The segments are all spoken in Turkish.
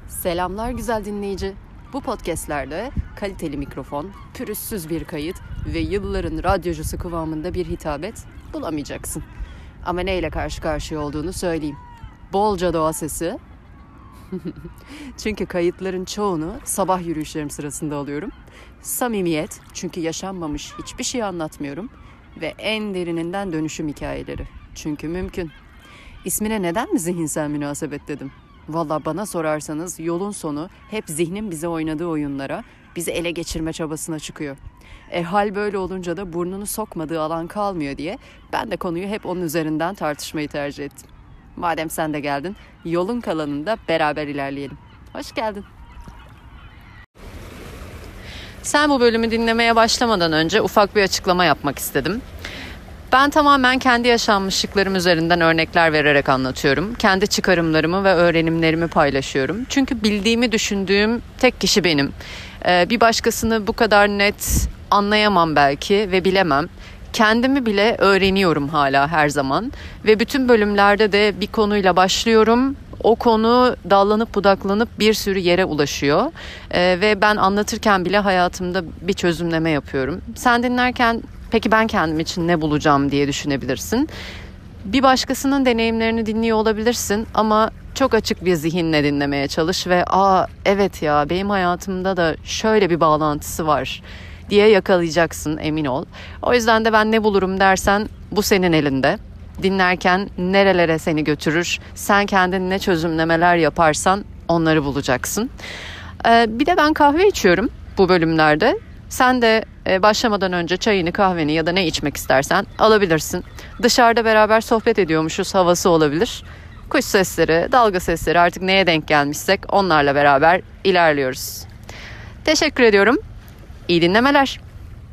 Selamlar güzel dinleyici. Bu podcastlerde kaliteli mikrofon, pürüzsüz bir kayıt ve yılların radyocusu kıvamında bir hitabet bulamayacaksın. Ama neyle karşı karşıya olduğunu söyleyeyim. Bolca doğa sesi. Çünkü kayıtların çoğunu sabah yürüyüşlerim sırasında alıyorum. Samimiyet, çünkü yaşanmamış hiçbir şey anlatmıyorum. Ve en derininden dönüşüm hikayeleri. Çünkü mümkün. İsmine neden mi zihinsel münasebet dedim? Valla bana sorarsanız yolun sonu hep zihnin bize oynadığı oyunlara, bizi ele geçirme çabasına çıkıyor. Hal böyle olunca da burnunu sokmadığı alan kalmıyor diye ben de konuyu hep onun üzerinden tartışmayı tercih ettim. Madem sen de geldin, yolun kalanında beraber ilerleyelim. Hoş geldin. Sen bu bölümü dinlemeye başlamadan önce ufak bir açıklama yapmak istedim. Ben tamamen kendi yaşanmışlıklarım üzerinden örnekler vererek anlatıyorum. Kendi çıkarımlarımı ve öğrenimlerimi paylaşıyorum. Çünkü bildiğimi düşündüğüm tek kişi benim. Bir başkasını bu kadar net anlayamam belki ve bilemem. Kendimi bile öğreniyorum hala her zaman. Ve bütün bölümlerde de bir konuyla başlıyorum. O konu dallanıp budaklanıp bir sürü yere ulaşıyor. Ve ben anlatırken bile hayatımda bir çözümleme yapıyorum. Sen dinlerken peki ben kendim için ne bulacağım diye düşünebilirsin. Bir başkasının deneyimlerini dinliyor olabilirsin ama çok açık bir zihinle dinlemeye çalış ve evet ya benim hayatımda da şöyle bir bağlantısı var diye yakalayacaksın, emin ol. O yüzden de ben ne bulurum dersen bu senin elinde. Dinlerken nerelere seni götürür, sen kendin ne çözümlemeler yaparsan onları bulacaksın. Bir de ben kahve içiyorum bu bölümlerde. Sen de başlamadan önce çayını, kahveni ya da ne içmek istersen alabilirsin. Dışarıda beraber sohbet ediyormuşuz havası olabilir. Kuş sesleri, dalga sesleri, artık neye denk gelmişsek onlarla beraber ilerliyoruz. Teşekkür ediyorum. İyi dinlemeler.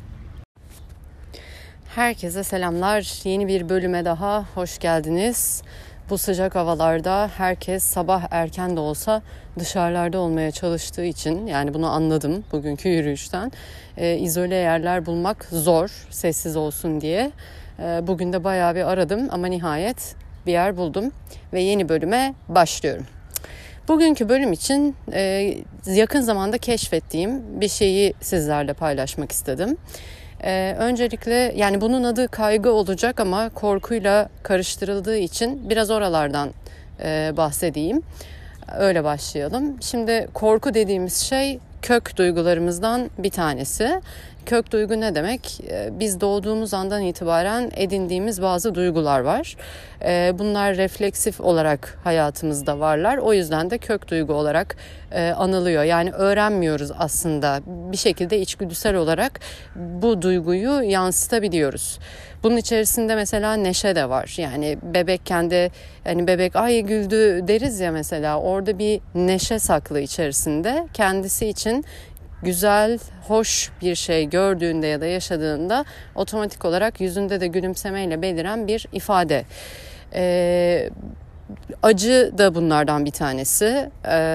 Herkese selamlar. Yeni bir bölüme daha hoş geldiniz. Bu sıcak havalarda herkes sabah erken de olsa dışarılarda olmaya çalıştığı için, yani bunu anladım bugünkü yürüyüşten, izole yerler bulmak zor, sessiz olsun diye. Bugün de bayağı bir aradım ama nihayet bir yer buldum ve yeni bölüme başlıyorum. Bugünkü bölüm için yakın zamanda keşfettiğim bir şeyi sizlerle paylaşmak istedim. Öncelikle yani bunun adı kaygı olacak ama korkuyla karıştırıldığı için biraz oralardan bahsedeyim. Öyle başlayalım. Şimdi korku dediğimiz şey kök duygularımızdan bir tanesi. Kök duygu ne demek? Biz doğduğumuz andan itibaren edindiğimiz bazı duygular var. Bunlar refleksif olarak hayatımızda varlar. O yüzden de kök duygu olarak anılıyor. Yani öğrenmiyoruz aslında. Bir şekilde içgüdüsel olarak bu duyguyu yansıtabiliyoruz. Bunun içerisinde mesela neşe de var. Yani bebekken de hani bebek ay güldü deriz ya mesela. Orada bir neşe saklı içerisinde. Kendisi için güzel, hoş bir şey gördüğünde ya da yaşadığında otomatik olarak yüzünde de gülümsemeyle beliren bir ifade. Acı da bunlardan bir tanesi.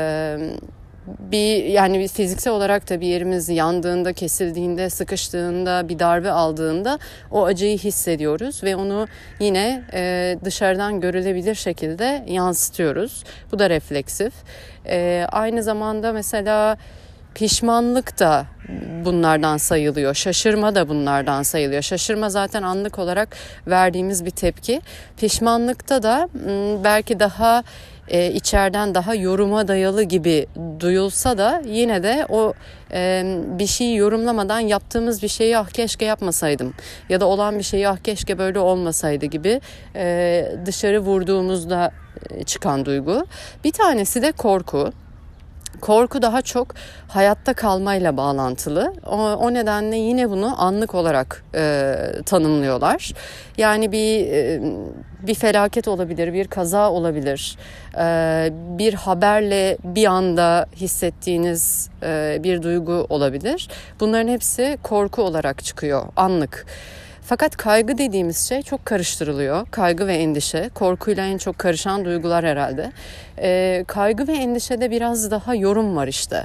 Yani fiziksel olarak da bir yerimiz yandığında, kesildiğinde, sıkıştığında, bir darbe aldığında o acıyı hissediyoruz ve onu yine dışarıdan görülebilir şekilde yansıtıyoruz. Bu da refleksif. Aynı zamanda mesela pişmanlık da bunlardan sayılıyor. Şaşırma da bunlardan sayılıyor. Şaşırma zaten anlık olarak verdiğimiz bir tepki. Pişmanlıkta da belki daha içeriden daha yoruma dayalı gibi duyulsa da yine de o bir şeyi yorumlamadan yaptığımız bir şeyi keşke yapmasaydım ya da olan bir şeyi keşke böyle olmasaydı gibi dışarı vurduğumuzda çıkan duygu. Bir tanesi de korku. Korku daha çok hayatta kalmayla bağlantılı. O nedenle yine bunu anlık olarak tanımlıyorlar. Yani bir felaket olabilir, bir kaza olabilir, bir haberle bir anda hissettiğiniz bir duygu olabilir. Bunların hepsi korku olarak çıkıyor, anlık. Fakat kaygı dediğimiz şey çok karıştırılıyor. Kaygı ve endişe, korkuyla en çok karışan duygular herhalde. Kaygı ve endişede biraz daha yorum var işte.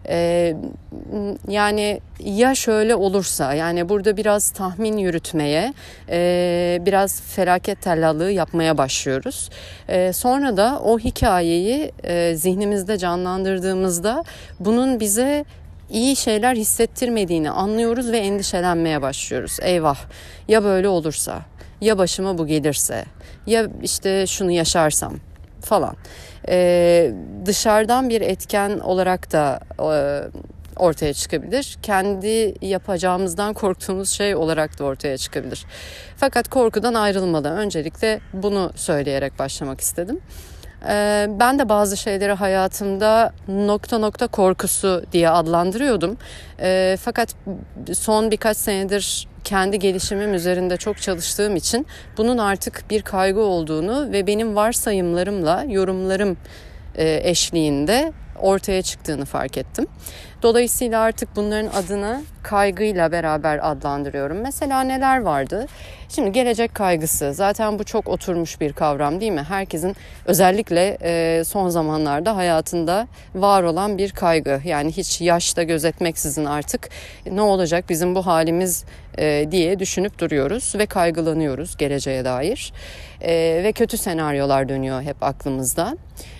Yani ya şöyle olursa, yani burada biraz tahmin yürütmeye, biraz felaket tellallığı yapmaya başlıyoruz. Sonra da o hikayeyi zihnimizde canlandırdığımızda bunun bize iyi şeyler hissettirmediğini anlıyoruz ve endişelenmeye başlıyoruz. Eyvah, ya böyle olursa, ya başıma bu gelirse, ya işte şunu yaşarsam falan. Dışarıdan bir etken olarak da ortaya çıkabilir. Kendi yapacağımızdan korktuğumuz şey olarak da ortaya çıkabilir. Fakat korkudan ayrılmalı. Öncelikle bunu söyleyerek başlamak istedim. Ben de bazı şeyleri hayatımda nokta nokta korkusu diye adlandırıyordum. Fakat son birkaç senedir kendi gelişimim üzerinde çok çalıştığım için bunun artık bir kaygı olduğunu ve benim varsayımlarımla, yorumlarım eşliğinde ortaya çıktığını fark ettim. Dolayısıyla artık bunların adını kaygıyla beraber adlandırıyorum. Mesela neler vardı? Şimdi gelecek kaygısı. Zaten bu çok oturmuş bir kavram değil mi? Herkesin özellikle son zamanlarda hayatında var olan bir kaygı. Yani hiç yaşta gözetmeksizin artık ne olacak bizim bu halimiz diye düşünüp duruyoruz ve kaygılanıyoruz geleceğe dair. Ve kötü senaryolar dönüyor hep aklımızda.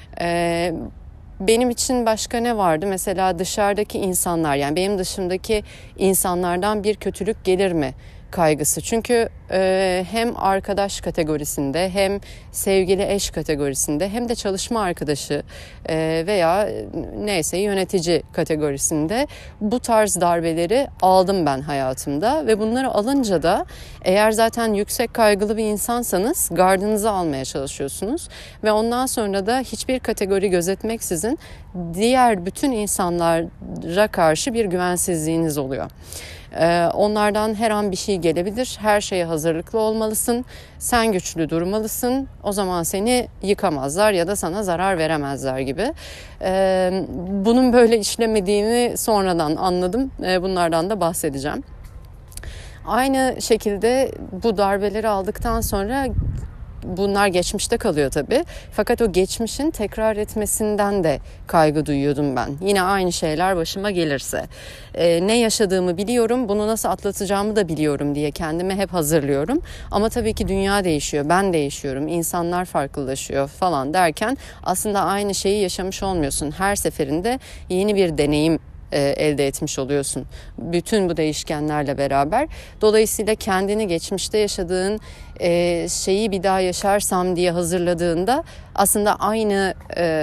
Benim için başka ne vardı? Mesela dışarıdaki insanlar, yani benim dışımdaki insanlardan bir kötülük gelir mi kaygısı. Çünkü hem arkadaş kategorisinde, hem sevgili eş kategorisinde, hem de çalışma arkadaşı veya neyse yönetici kategorisinde bu tarz darbeleri aldım ben hayatımda. Ve bunları alınca da eğer zaten yüksek kaygılı bir insansanız gardınızı almaya çalışıyorsunuz. Ve ondan sonra da hiçbir kategori gözetmeksizin diğer bütün insanlara karşı bir güvensizliğiniz oluyor. Onlardan her an bir şey gelebilir. Her şeye hazırlıklı olmalısın. Sen güçlü durmalısın. O zaman seni yıkamazlar ya da sana zarar veremezler gibi. Bunun böyle işlemediğini sonradan anladım. Bunlardan da bahsedeceğim. Aynı şekilde bu darbeleri aldıktan sonra bunlar geçmişte kalıyor tabii. Fakat o geçmişin tekrar etmesinden de kaygı duyuyordum ben. Yine aynı şeyler başıma gelirse. Ne yaşadığımı biliyorum, bunu nasıl atlatacağımı da biliyorum diye kendimi hep hazırlıyorum. Ama tabii ki dünya değişiyor, ben değişiyorum, insanlar farklılaşıyor falan derken aslında aynı şeyi yaşamış olmuyorsun. Her seferinde yeni bir deneyim elde etmiş oluyorsun bütün bu değişkenlerle beraber. Dolayısıyla kendini geçmişte yaşadığın şeyi bir daha yaşarsam diye hazırladığında aslında aynı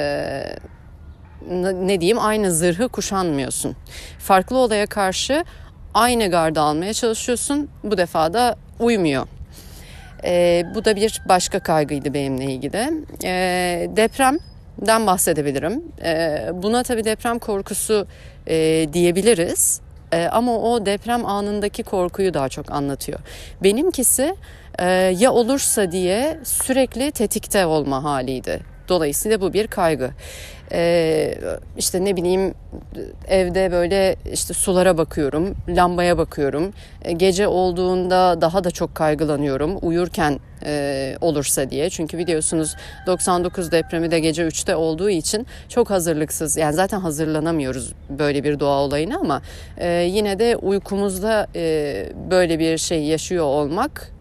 aynı zırhı kuşanmıyorsun. Farklı olaya karşı aynı gardı almaya çalışıyorsun. Bu defa da uymuyor. Bu da bir başka kaygıydı benimle ilgili. Depremden bahsedebilirim. Buna tabii deprem korkusu diyebiliriz. Ama o deprem anındaki korkuyu daha çok anlatıyor. Benimkisi ya olursa diye sürekli tetikte olma haliydi. Dolayısıyla bu bir kaygı. İşte ne bileyim, evde böyle işte sulara bakıyorum, lambaya bakıyorum. Gece olduğunda daha da çok kaygılanıyorum uyurken olursa diye. Çünkü biliyorsunuz 99 depremi de gece 3'te olduğu için çok hazırlıksız. Yani zaten hazırlanamıyoruz böyle bir doğa olayına ama yine de uykumuzda böyle bir şey yaşıyor olmak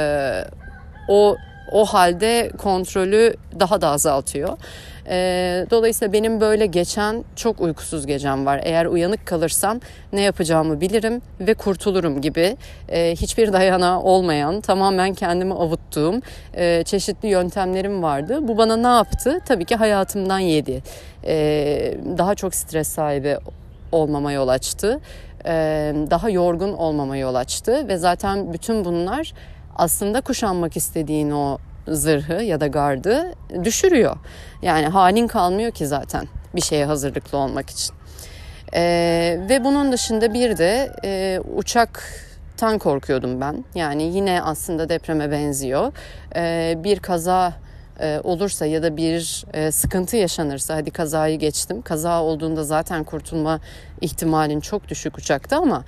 o halde kontrolü daha da azaltıyor. Dolayısıyla benim böyle geçen çok uykusuz gecem var. Eğer uyanık kalırsam ne yapacağımı bilirim ve kurtulurum gibi hiçbir dayanağı olmayan, tamamen kendimi avuttuğum çeşitli yöntemlerim vardı. Bu bana ne yaptı? Tabii ki hayatımdan yedi. Daha çok stres sahibi olmama yol açtı. Daha yorgun olmama yol açtı ve zaten bütün bunlar aslında kuşanmak istediğin o zırhı ya da gardı düşürüyor. Yani halin kalmıyor ki zaten bir şeye hazırlıklı olmak için. Ve bunun dışında bir de uçaktan korkuyordum ben. Yani yine aslında depreme benziyor. Bir kaza olursa ya da bir sıkıntı yaşanırsa, hadi kazayı geçtim. Kaza olduğunda zaten kurtulma ihtimalin çok düşük uçakta ama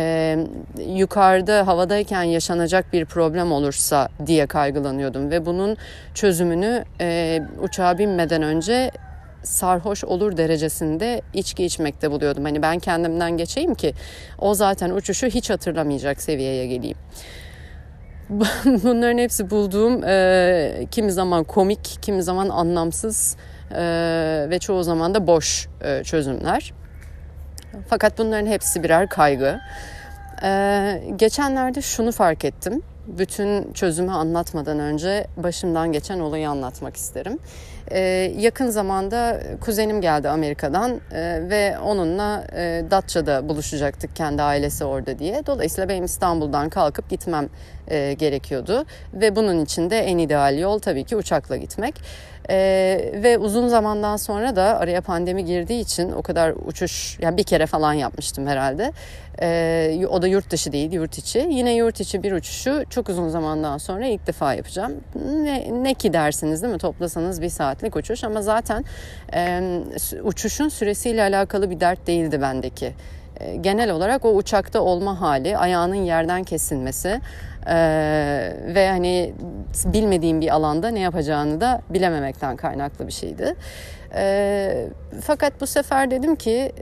yukarıda havadayken yaşanacak bir problem olursa diye kaygılanıyordum. Ve bunun çözümünü uçağa binmeden önce sarhoş olur derecesinde içki içmekte buluyordum. Hani ben kendimden geçeyim ki o zaten uçuşu hiç hatırlamayacak seviyeye geleyim. Bunların hepsi bulduğum kimi zaman komik, kimi zaman anlamsız ve çoğu zaman da boş çözümler. Fakat bunların hepsi birer kaygı. Geçenlerde şunu fark ettim. Bütün çözümü anlatmadan önce başımdan geçen olayı anlatmak isterim. Yakın zamanda kuzenim geldi Amerika'dan ve onunla Datça'da buluşacaktık, kendi ailesi orada diye. Dolayısıyla benim İstanbul'dan kalkıp gitmem gerekiyordu ve bunun için de en ideal yol tabii ki uçakla gitmek. Ve uzun zamandan sonra da araya pandemi girdiği için o kadar uçuş, yani bir kere falan yapmıştım herhalde. O da yurt dışı değil, yurt içi. Yine yurt içi bir uçuşu çok uzun zamandan sonra ilk defa yapacağım. Ne ki dersiniz değil mi? Toplasanız 1 saatlik uçuş ama zaten uçuşun süresiyle alakalı bir dert değildi bendeki. Genel olarak o uçakta olma hali, ayağının yerden kesilmesi ve hani bilmediğim bir alanda ne yapacağını da bilememekten kaynaklı bir şeydi. Fakat bu sefer dedim ki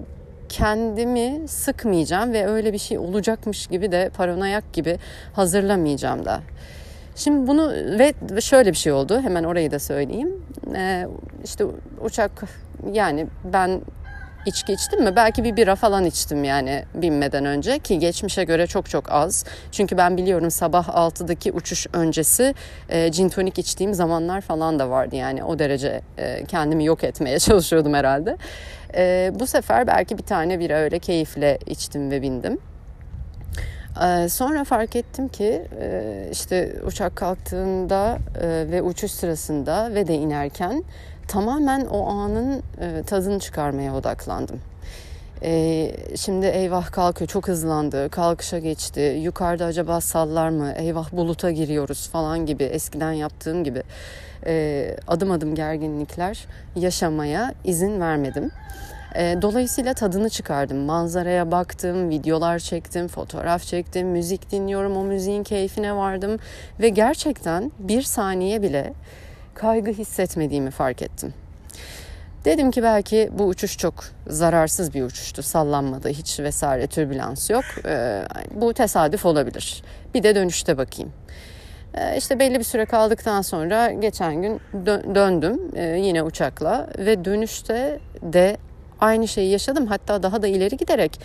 kendimi sıkmayacağım ve öyle bir şey olacakmış gibi de paranoyak gibi hazırlamayacağım da. Şimdi bunu ve şöyle bir şey oldu, hemen orayı da söyleyeyim. İşte uçak, yani ben İçki içtim mi? Belki bir bira falan içtim yani binmeden önce, ki geçmişe göre çok çok az. Çünkü ben biliyorum sabah 6'daki uçuş öncesi gin tonik içtiğim zamanlar falan da vardı. Yani o derece kendimi yok etmeye çalışıyordum herhalde. Bu sefer belki bir tane bira öyle keyifle içtim ve bindim. Sonra fark ettim ki işte uçak kalktığında ve uçuş sırasında ve de inerken tamamen o anın tadını çıkarmaya odaklandım. Şimdi eyvah kalkıyor, çok hızlandı, kalkışa geçti, yukarıda acaba sallar mı, eyvah buluta giriyoruz falan gibi, eskiden yaptığım gibi adım adım gerginlikler yaşamaya izin vermedim. Dolayısıyla tadını çıkardım. Manzaraya baktım, videolar çektim, fotoğraf çektim, müzik dinliyorum, o müziğin keyfine vardım ve gerçekten bir saniye bile kaygı hissetmediğimi fark ettim. Dedim ki belki bu uçuş çok zararsız bir uçuştu, sallanmadı hiç vesaire, türbülans yok. Bu tesadüf olabilir. Bir de dönüşte bakayım. İşte belli bir süre kaldıktan sonra geçen gün döndüm yine uçakla ve dönüşte de aynı şeyi yaşadım. Hatta daha da ileri giderek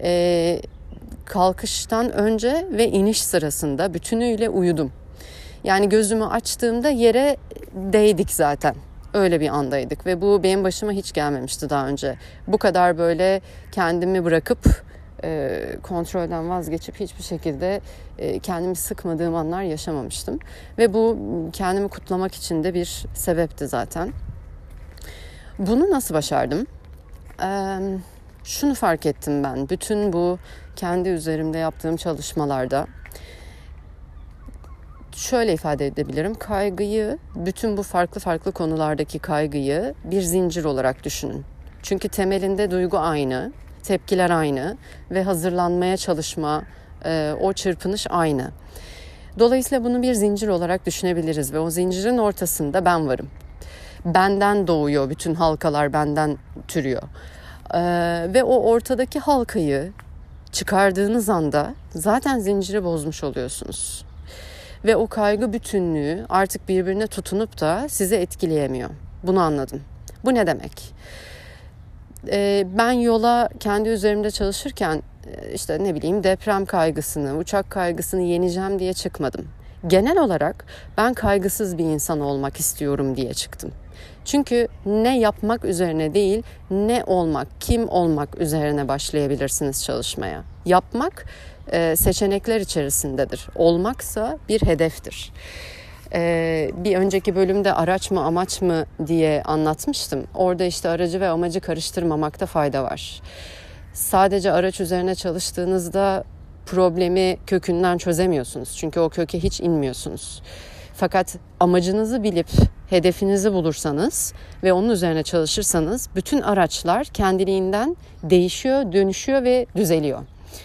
kalkıştan önce ve iniş sırasında bütünüyle uyudum. Yani gözümü açtığımda yere değdik zaten. Öyle bir andaydık ve bu benim başıma hiç gelmemişti daha önce. Bu kadar böyle kendimi bırakıp kontrolden vazgeçip hiçbir şekilde kendimi sıkmadığım anlar yaşamamıştım. Ve bu kendimi kutlamak için de bir sebepti zaten. Bunu nasıl başardım? Şunu fark ettim ben. Bütün bu kendi üzerimde yaptığım çalışmalarda şöyle ifade edebilirim. Kaygıyı, bütün bu farklı farklı konulardaki kaygıyı bir zincir olarak düşünün. Çünkü temelinde duygu aynı, tepkiler aynı ve hazırlanmaya çalışma, o çırpınış aynı. Dolayısıyla bunu bir zincir olarak düşünebiliriz ve o zincirin ortasında ben varım. Benden doğuyor, bütün halkalar benden türüyor. Ve o ortadaki halkayı çıkardığınız anda zaten zinciri bozmuş oluyorsunuz. Ve o kaygı bütünlüğü artık birbirine tutunup da sizi etkileyemiyor. Bunu anladım. Bu ne demek? Ben yola kendi üzerimde çalışırken işte ne bileyim deprem kaygısını, uçak kaygısını yeneceğim diye çıkmadım. Genel olarak ben kaygısız bir insan olmak istiyorum diye çıktım. Çünkü ne yapmak üzerine değil, ne olmak, kim olmak üzerine başlayabilirsiniz çalışmaya. Yapmak seçenekler içerisindedir. Olmaksa bir hedeftir. Bir önceki bölümde araç mı amaç mı diye anlatmıştım. Orada işte aracı ve amacı karıştırmamakta fayda var. Sadece araç üzerine çalıştığınızda problemi kökünden çözemiyorsunuz. Çünkü o köke hiç inmiyorsunuz. Fakat amacınızı bilip hedefinizi bulursanız ve onun üzerine çalışırsanız bütün araçlar kendiliğinden değişiyor, dönüşüyor ve düzeliyor.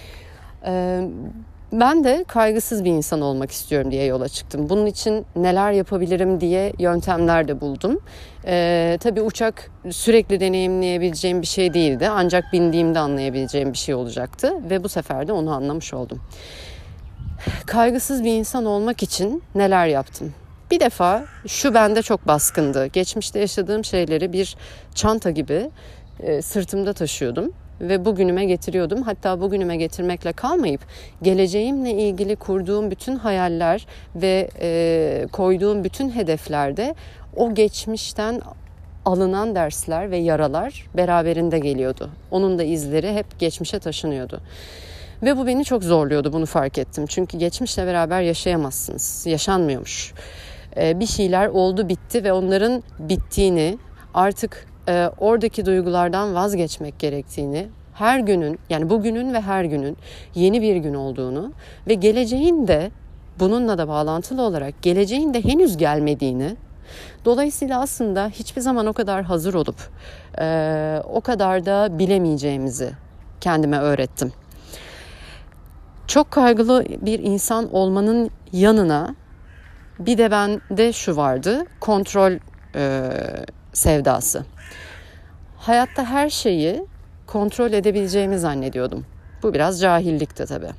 Ben de kaygısız bir insan olmak istiyorum diye yola çıktım. Bunun için neler yapabilirim diye yöntemler de buldum. Tabii uçak sürekli deneyimleyebileceğim bir şey değildi. Ancak bindiğimde anlayabileceğim bir şey olacaktı. Ve bu sefer de onu anlamış oldum. Kaygısız bir insan olmak için neler yaptım? Bir defa şu bende çok baskındı. Geçmişte yaşadığım şeyleri bir çanta gibi sırtımda taşıyordum ve bugünüme getiriyordum. Hatta bugünüme getirmekle kalmayıp geleceğimle ilgili kurduğum bütün hayaller ve koyduğum bütün hedeflerde o geçmişten alınan dersler ve yaralar beraberinde geliyordu. Onun da izleri hep geçmişe taşınıyordu. Ve bu beni çok zorluyordu, bunu fark ettim. Çünkü geçmişle beraber yaşayamazsınız. Yaşanmıyormuş. Bir şeyler oldu bitti ve onların bittiğini, artık oradaki duygulardan vazgeçmek gerektiğini, her günün, yani bugünün ve her günün yeni bir gün olduğunu ve geleceğin de bununla da bağlantılı olarak geleceğin de henüz gelmediğini, dolayısıyla aslında hiçbir zaman o kadar hazır olup o kadar da bilemeyeceğimizi kendime öğrettim. Çok kaygılı bir insan olmanın yanına bir de bende şu vardı, kontrol sevdası. Hayatta her şeyi kontrol edebileceğimi zannediyordum. Bu biraz cahillikti tabii.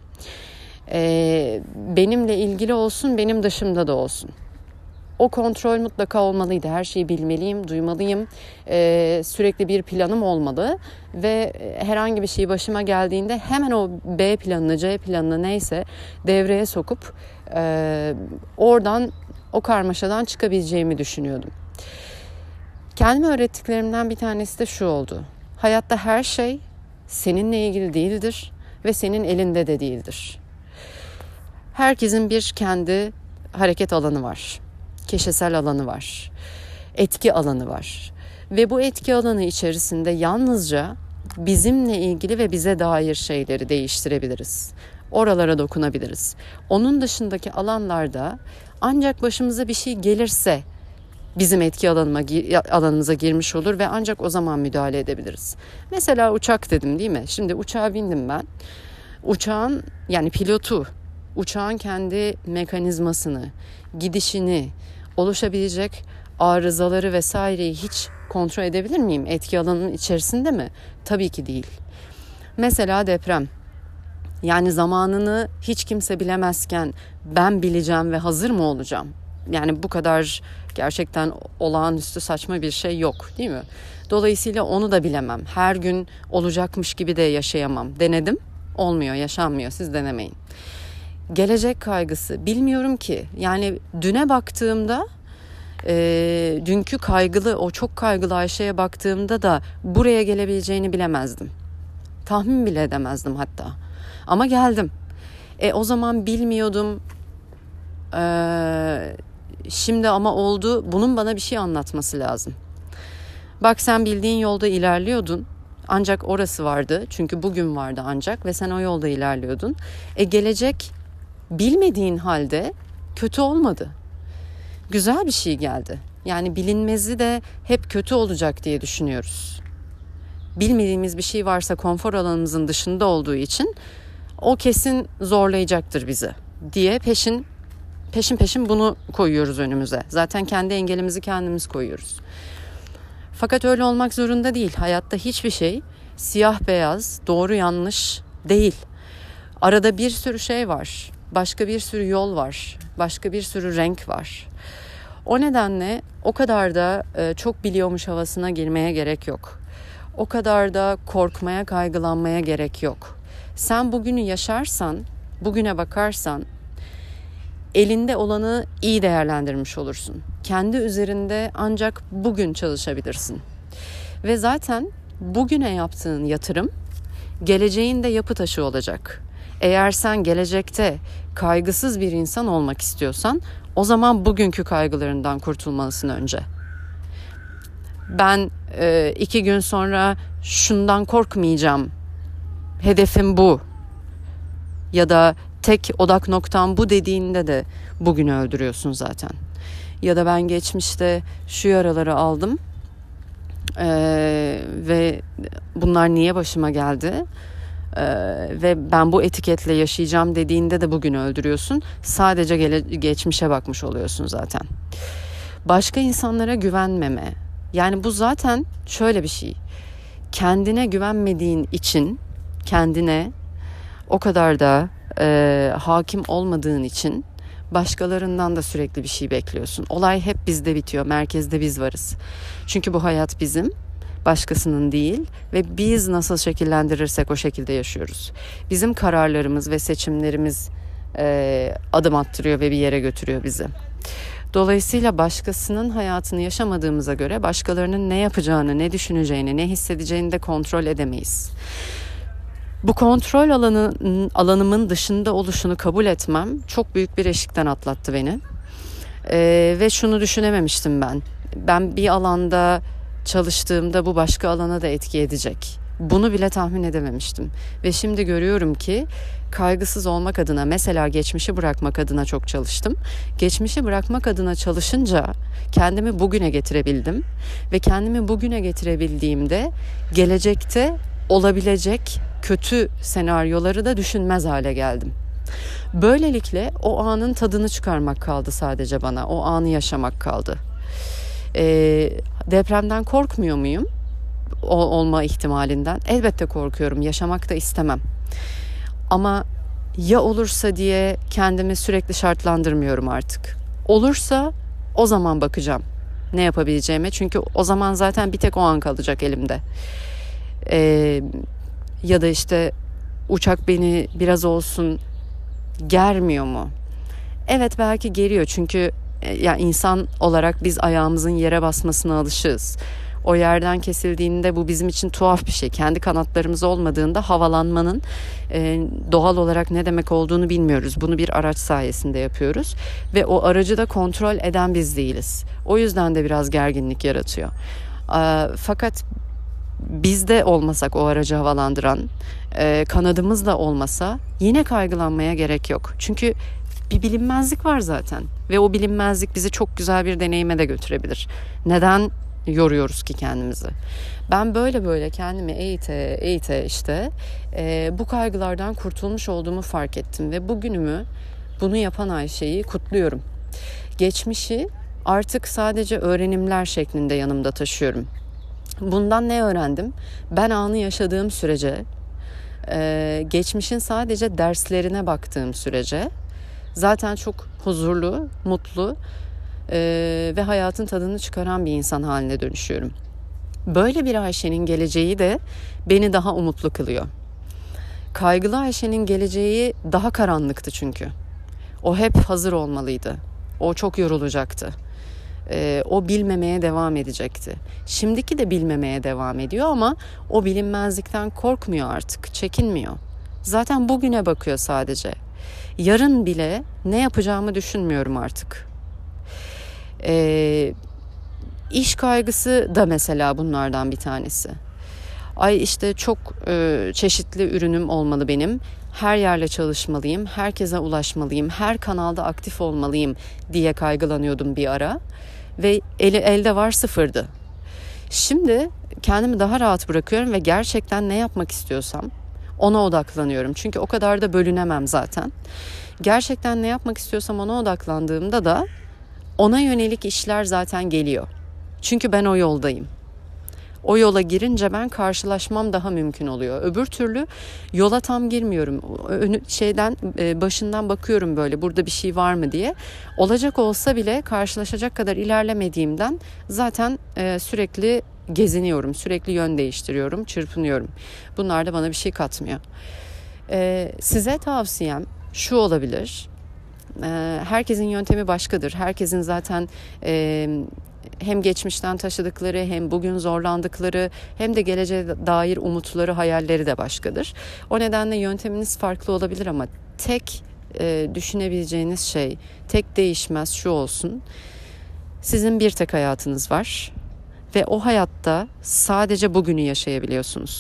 Benimle ilgili olsun, benim dışımda da olsun. O kontrol mutlaka olmalıydı. Her şeyi bilmeliyim, duymalıyım. Sürekli bir planım olmalı. Ve herhangi bir şey başıma geldiğinde hemen o B planını, C planını neyse devreye sokup oradan, o karmaşadan çıkabileceğimi düşünüyordum. Kendime öğrettiklerimden bir tanesi de şu oldu. Hayatta her şey seninle ilgili değildir ve senin elinde de değildir. Herkesin bir kendi hareket alanı var. Kişisel alanı var. Etki alanı var. Ve bu etki alanı içerisinde yalnızca bizimle ilgili ve bize dair şeyleri değiştirebiliriz. Oralara dokunabiliriz. Onun dışındaki alanlarda ancak başımıza bir şey gelirse bizim etki alanımıza girmiş olur ve ancak o zaman müdahale edebiliriz. Mesela uçak dedim değil mi? Şimdi uçağa bindim ben. Uçağın, yani pilotu, uçağın kendi mekanizmasını, gidişini, oluşabilecek arızaları vesaireyi hiç kontrol edebilir miyim? Etki alanının içerisinde mi? Tabii ki değil. Mesela deprem. Yani zamanını hiç kimse bilemezken ben bileceğim ve hazır mı olacağım? Yani bu kadar gerçekten olağanüstü saçma bir şey yok, değil mi? Dolayısıyla onu da bilemem. Her gün olacakmış gibi de yaşayamam. Denedim, olmuyor, yaşanmıyor. Siz denemeyin. Gelecek kaygısı. Bilmiyorum ki. Yani düne baktığımda, dünkü kaygılı, o çok kaygılı Ayşe'ye baktığımda da buraya gelebileceğini bilemezdim. Tahmin bile edemezdim hatta. Ama geldim. O zaman bilmiyordum. Şimdi ama oldu. Bunun bana bir şey anlatması lazım. Bak, sen bildiğin yolda ilerliyordun. Ancak orası vardı. Çünkü bugün vardı ancak ve sen o yolda ilerliyordun. Gelecek bilmediğin halde kötü olmadı. Güzel bir şey geldi. Yani bilinmezi de hep kötü olacak diye düşünüyoruz. Bilmediğimiz bir şey varsa konfor alanımızın dışında olduğu için o kesin zorlayacaktır bizi diye peşin bunu koyuyoruz önümüze. Zaten kendi engelimizi kendimiz koyuyoruz. Fakat öyle olmak zorunda değil. Hayatta hiçbir şey siyah beyaz, doğru yanlış değil. Arada bir sürü şey var. Başka bir sürü yol var. Başka bir sürü renk var. O nedenle o kadar da çok biliyormuş havasına girmeye gerek yok. O kadar da korkmaya, kaygılanmaya gerek yok. Sen bugünü yaşarsan, bugüne bakarsan elinde olanı iyi değerlendirmiş olursun. Kendi üzerinde ancak bugün çalışabilirsin. Ve zaten bugüne yaptığın yatırım geleceğin de yapı taşı olacak. Eğer sen gelecekte kaygısız bir insan olmak istiyorsan o zaman bugünkü kaygılarından kurtulmalısın önce. Ben 2 gün sonra şundan korkmayacağım, hedefim bu. Ya da tek odak noktam bu dediğinde de bugünü öldürüyorsun zaten. Ya da ben geçmişte şu yaraları aldım ve bunlar niye başıma geldi ve ben bu etiketle yaşayacağım dediğinde de bugünü öldürüyorsun. Sadece geçmişe bakmış oluyorsun zaten. Başka insanlara güvenmeme. Yani bu zaten şöyle bir şey. Kendine güvenmediğin için, kendine o kadar da hakim olmadığın için başkalarından da sürekli bir şey bekliyorsun. Olay hep bizde bitiyor. Merkezde biz varız. Çünkü bu hayat bizim, başkasının değil ve biz nasıl şekillendirirsek o şekilde yaşıyoruz. Bizim kararlarımız ve seçimlerimiz adım attırıyor ve bir yere götürüyor bizi. Dolayısıyla başkasının hayatını yaşamadığımıza göre başkalarının ne yapacağını, ne düşüneceğini, ne hissedeceğini de kontrol edemeyiz. Bu kontrol alanımın dışında oluşunu kabul etmem çok büyük bir eşikten atlattı beni. Ve şunu düşünememiştim ben. Ben bir alanda çalıştığımda bu başka alana da etki edecek. Bunu bile tahmin edememiştim. Ve şimdi görüyorum ki kaygısız olmak adına, mesela geçmişi bırakmak adına çok çalıştım. Geçmişi bırakmak adına çalışınca kendimi bugüne getirebildim. Ve kendimi bugüne getirebildiğimde gelecekte olabilecek kötü senaryoları da düşünmez hale geldim. Böylelikle o anın tadını çıkarmak kaldı sadece bana. O anı yaşamak kaldı. Depremden korkmuyor muyum? Olma ihtimalinden. Elbette korkuyorum. Yaşamak da istemem. Ama ya olursa diye kendimi sürekli şartlandırmıyorum artık. Olursa o zaman bakacağım ne yapabileceğime. Çünkü o zaman zaten bir tek o an kalacak elimde. Ya da işte uçak beni biraz olsun germiyor mu? Evet, belki geriyor çünkü ya insan olarak biz ayağımızın yere basmasına alışığız. O yerden kesildiğinde bu bizim için tuhaf bir şey. Kendi kanatlarımız olmadığında havalanmanın doğal olarak ne demek olduğunu bilmiyoruz. Bunu bir araç sayesinde yapıyoruz ve o aracı da kontrol eden biz değiliz. O yüzden de biraz gerginlik yaratıyor. Fakat biz de olmasak o aracı havalandıran, kanadımız da olmasa yine kaygılanmaya gerek yok. Çünkü bir bilinmezlik var zaten ve o bilinmezlik bizi çok güzel bir deneyime de götürebilir. Neden yoruyoruz ki kendimizi? Ben böyle kendimi eğite işte bu kaygılardan kurtulmuş olduğumu fark ettim ve bugünümü bunu yapan Ayşe'yi kutluyorum. Geçmişi artık sadece öğrenimler şeklinde yanımda taşıyorum. Bundan ne öğrendim? Ben anı yaşadığım sürece, geçmişin sadece derslerine baktığım sürece zaten çok huzurlu, mutlu ve hayatın tadını çıkaran bir insan haline dönüşüyorum. Böyle bir Ayşe'nin geleceği de beni daha umutlu kılıyor. Kaygılı Ayşe'nin geleceği daha karanlıktı çünkü. O hep hazır olmalıydı. O çok yorulacaktı. O bilmemeye devam edecekti. Şimdiki de bilmemeye devam ediyor ama o bilinmezlikten korkmuyor artık, çekinmiyor. Zaten bugüne bakıyor sadece. Yarın bile ne yapacağımı düşünmüyorum artık. İş kaygısı da mesela bunlardan bir tanesi. Ay işte çok çeşitli ürünüm olmalı benim. Her yerle çalışmalıyım, herkese ulaşmalıyım, her kanalda aktif olmalıyım diye kaygılanıyordum bir ara. Ve elde var sıfırdı. Şimdi kendimi daha rahat bırakıyorum ve gerçekten ne yapmak istiyorsam ona odaklanıyorum. Çünkü o kadar da bölünemem zaten. Gerçekten ne yapmak istiyorsam ona odaklandığımda da ona yönelik işler zaten geliyor. Çünkü ben o yoldayım. O yola girince ben karşılaşmam daha mümkün oluyor. Öbür türlü yola tam girmiyorum. Başından bakıyorum böyle burada bir şey var mı diye. Olacak olsa bile karşılaşacak kadar ilerlemediğimden zaten sürekli geziniyorum. Sürekli yön değiştiriyorum, çırpınıyorum. Bunlar da bana bir şey katmıyor. Size tavsiyem şu olabilir. Herkesin yöntemi başkadır. Herkesin zaten hem geçmişten taşıdıkları hem bugün zorlandıkları hem de geleceğe dair umutları, hayalleri de başkadır. O nedenle yönteminiz farklı olabilir ama tek düşünebileceğiniz şey, tek değişmez şu olsun. Sizin bir tek hayatınız var ve o hayatta sadece bugünü yaşayabiliyorsunuz.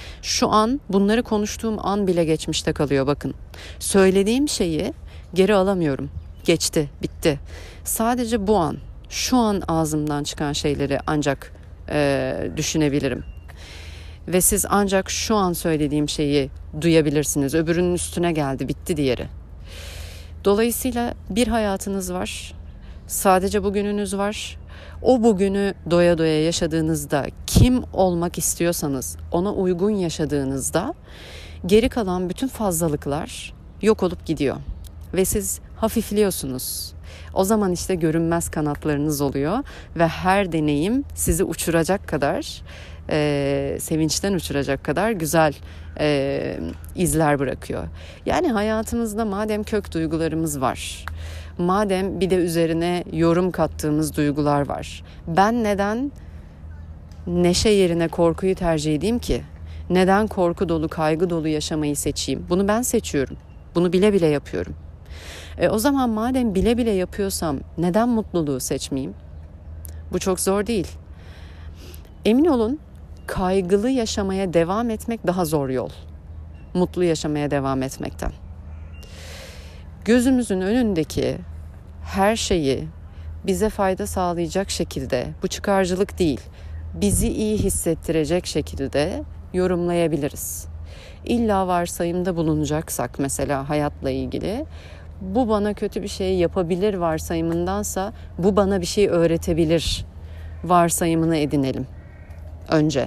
Şu an bunları konuştuğum an bile geçmişte kalıyor bakın. Söylediğim şeyi geri alamıyorum. Geçti, bitti. Sadece bu an, şu an ağzımdan çıkan şeyleri ancak düşünebilirim. Ve siz ancak şu an söylediğim şeyi duyabilirsiniz. Öbürünün üstüne geldi, bitti diğeri. Dolayısıyla bir hayatınız var. Sadece bugününüz var. O bugünü doya doya yaşadığınızda, kim olmak istiyorsanız ona uygun yaşadığınızda geri kalan bütün fazlalıklar yok olup gidiyor. Ve siz hafifliyorsunuz. O zaman işte görünmez kanatlarınız oluyor ve her deneyim sizi uçuracak kadar, sevinçten uçuracak kadar güzel izler bırakıyor. Yani hayatımızda madem kök duygularımız var, madem bir de üzerine yorum kattığımız duygular var, ben neden neşe yerine korkuyu tercih edeyim ki? Neden korku dolu, kaygı dolu yaşamayı seçeyim? Bunu ben seçiyorum. Bunu bile bile yapıyorum. O zaman madem bile bile yapıyorsam neden mutluluğu seçmeyeyim? Bu çok zor değil. Emin olun, kaygılı yaşamaya devam etmek daha zor yol. Mutlu yaşamaya devam etmekten. Gözümüzün önündeki her şeyi bize fayda sağlayacak şekilde, bu çıkarcılık değil, bizi iyi hissettirecek şekilde yorumlayabiliriz. İlla varsayımda bulunacaksak mesela hayatla ilgili, bu bana kötü bir şey yapabilir varsayımındansa bu bana bir şey öğretebilir varsayımını edinelim önce.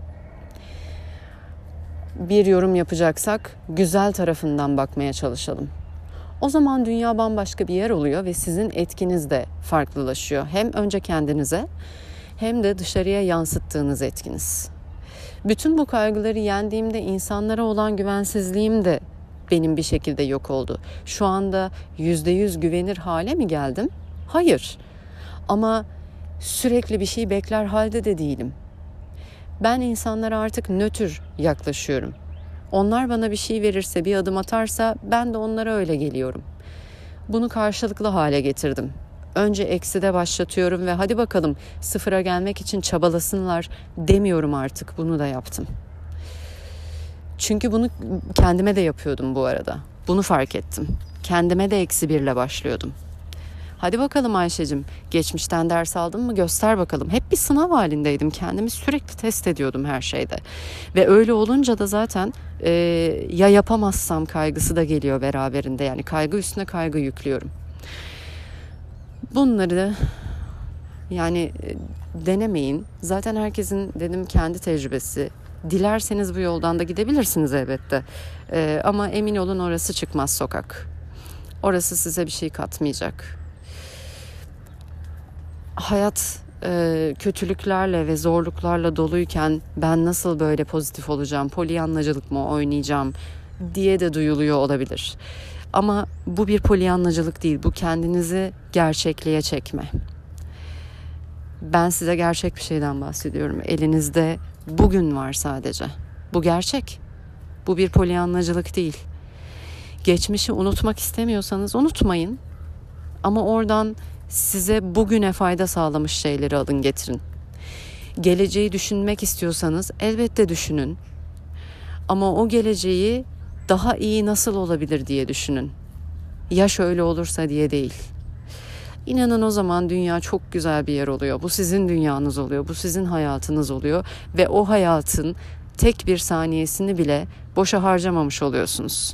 Bir yorum yapacaksak güzel tarafından bakmaya çalışalım. O zaman dünya bambaşka bir yer oluyor ve sizin etkiniz de farklılaşıyor. Hem önce kendinize hem de dışarıya yansıttığınız etkiniz. Bütün bu kaygıları yendiğimde insanlara olan güvensizliğim de benim bir şekilde yok oldu. Şu anda %100 güvenir hale mi geldim? Hayır. Ama sürekli bir şey bekler halde de değilim. Ben insanlara artık nötr yaklaşıyorum. Onlar bana bir şey verirse, bir adım atarsa ben de onlara öyle geliyorum. Bunu karşılıklı hale getirdim. Önce ekside başlatıyorum ve hadi bakalım sıfıra gelmek için çabalasınlar demiyorum artık. Bunu da yaptım. Çünkü bunu kendime de yapıyordum bu arada. Bunu fark ettim. Kendime de -1'le başlıyordum. Hadi bakalım Ayşe'cim, geçmişten ders aldın mı göster bakalım. Hep bir sınav halindeydim. Kendimi sürekli test ediyordum her şeyde. Ve öyle olunca da zaten ya yapamazsam kaygısı da geliyor beraberinde. Yani kaygı üstüne kaygı yüklüyorum. Bunları yani denemeyin. Zaten herkesin dedim kendi tecrübesi. Dilerseniz bu yoldan da gidebilirsiniz elbette. Ama emin olun orası çıkmaz sokak. Orası size bir şey katmayacak. Hayat kötülüklerle ve zorluklarla doluyken ben nasıl böyle pozitif olacağım, polyanlacılık mı oynayacağım diye de duyuluyor olabilir. Ama bu bir polyanlacılık değil, bu kendinizi gerçekliğe çekme. Ben size gerçek bir şeyden bahsediyorum. Elinizde bugün var sadece. Bu gerçek. Bu bir polyanlacılık değil. Geçmişi unutmak istemiyorsanız unutmayın. Ama oradan size bugüne fayda sağlamış şeyleri alın getirin. Geleceği düşünmek istiyorsanız elbette düşünün. Ama o geleceği daha iyi nasıl olabilir diye düşünün. Ya şöyle olursa diye değil. İnanın o zaman dünya çok güzel bir yer oluyor. Bu sizin dünyanız oluyor. Bu sizin hayatınız oluyor. Ve o hayatın tek bir saniyesini bile boşa harcamamış oluyorsunuz.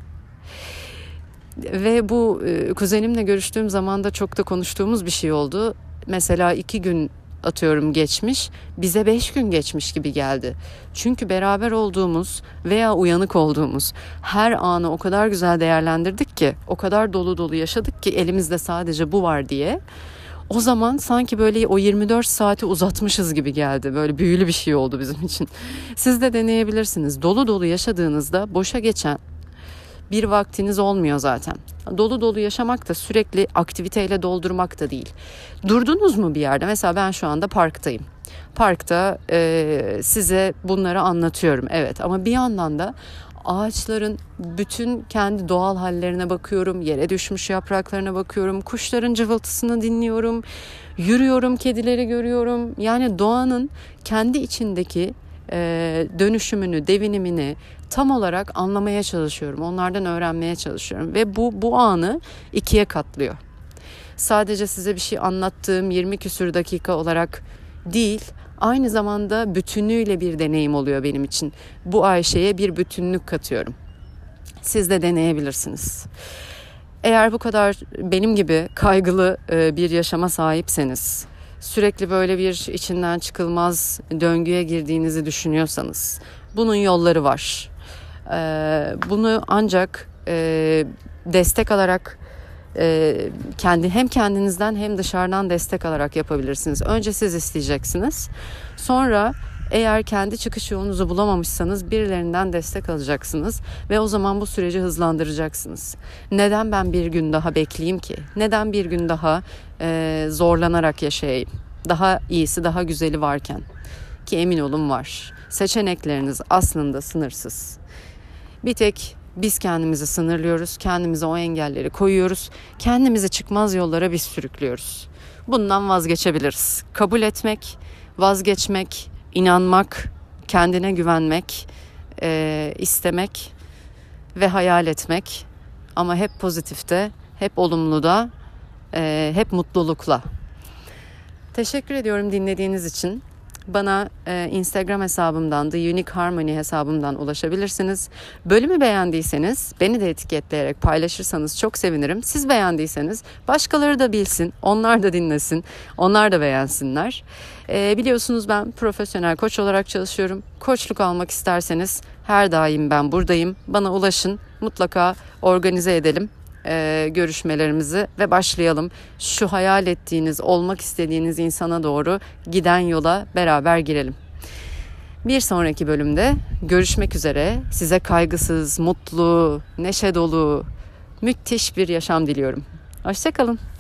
Ve bu kuzenimle görüştüğüm zaman da çok da konuştuğumuz bir şey oldu. Mesela 2 gün atıyorum geçmiş, bize 5 gün geçmiş gibi geldi. Çünkü beraber olduğumuz veya uyanık olduğumuz her anı o kadar güzel değerlendirdik ki, o kadar dolu dolu yaşadık ki elimizde sadece bu var diye. O zaman sanki böyle o 24 saati uzatmışız gibi geldi. Böyle büyülü bir şey oldu bizim için. Siz de deneyebilirsiniz. Dolu dolu yaşadığınızda boşa geçen bir vaktiniz olmuyor zaten. Dolu dolu yaşamak da sürekli aktiviteyle doldurmak da değil. Durdunuz mu bir yerde? Mesela ben şu anda parktayım. Parkta size bunları anlatıyorum. Evet, ama bir yandan da ağaçların bütün kendi doğal hallerine bakıyorum. Yere düşmüş yapraklarına bakıyorum. Kuşların cıvıltısını dinliyorum. Yürüyorum, kedileri görüyorum. Yani doğanın kendi içindeki dönüşümünü, devinimini tam olarak anlamaya çalışıyorum. Onlardan öğrenmeye çalışıyorum ve bu anı ikiye katlıyor. Sadece size bir şey anlattığım 20 küsür dakika olarak değil, aynı zamanda bütünüyle bir deneyim oluyor benim için. Bu Ayşe'ye bir bütünlük katıyorum. Siz de deneyebilirsiniz. Eğer bu kadar benim gibi kaygılı bir yaşama sahipseniz, sürekli böyle bir içinden çıkılmaz döngüye girdiğinizi düşünüyorsanız, bunun yolları var. Bunu ancak destek alarak, hem kendinizden hem dışarıdan destek alarak yapabilirsiniz. Önce siz isteyeceksiniz. Sonra eğer kendi çıkış yolunuzu bulamamışsanız birilerinden destek alacaksınız ve o zaman bu süreci hızlandıracaksınız. Neden ben bir gün daha bekleyeyim ki? Neden bir gün daha zorlanarak yaşayayım? Daha iyisi, daha güzeli varken. Ki emin olun var. Seçenekleriniz aslında sınırsız. Bir tek biz kendimizi sınırlıyoruz, kendimize o engelleri koyuyoruz, kendimizi çıkmaz yollara biz sürüklüyoruz. Bundan vazgeçebiliriz. Kabul etmek, vazgeçmek, inanmak, kendine güvenmek, istemek ve hayal etmek. Ama hep pozitifte, hep olumluda, hep mutlulukla. Teşekkür ediyorum dinlediğiniz için. Bana Instagram hesabımdan, The Unique Harmony hesabımdan ulaşabilirsiniz. Bölümü beğendiyseniz beni de etiketleyerek paylaşırsanız çok sevinirim. Siz beğendiyseniz başkaları da bilsin, onlar da dinlesin, onlar da beğensinler. Biliyorsunuz ben profesyonel koç olarak çalışıyorum. Koçluk almak isterseniz her daim ben buradayım. Bana ulaşın, mutlaka organize edelim görüşmelerimizi ve başlayalım. Şu hayal ettiğiniz, olmak istediğiniz insana doğru giden yola beraber girelim. Bir sonraki bölümde görüşmek üzere. Size kaygısız, mutlu, neşe dolu, müthiş bir yaşam diliyorum. Hoşça kalın.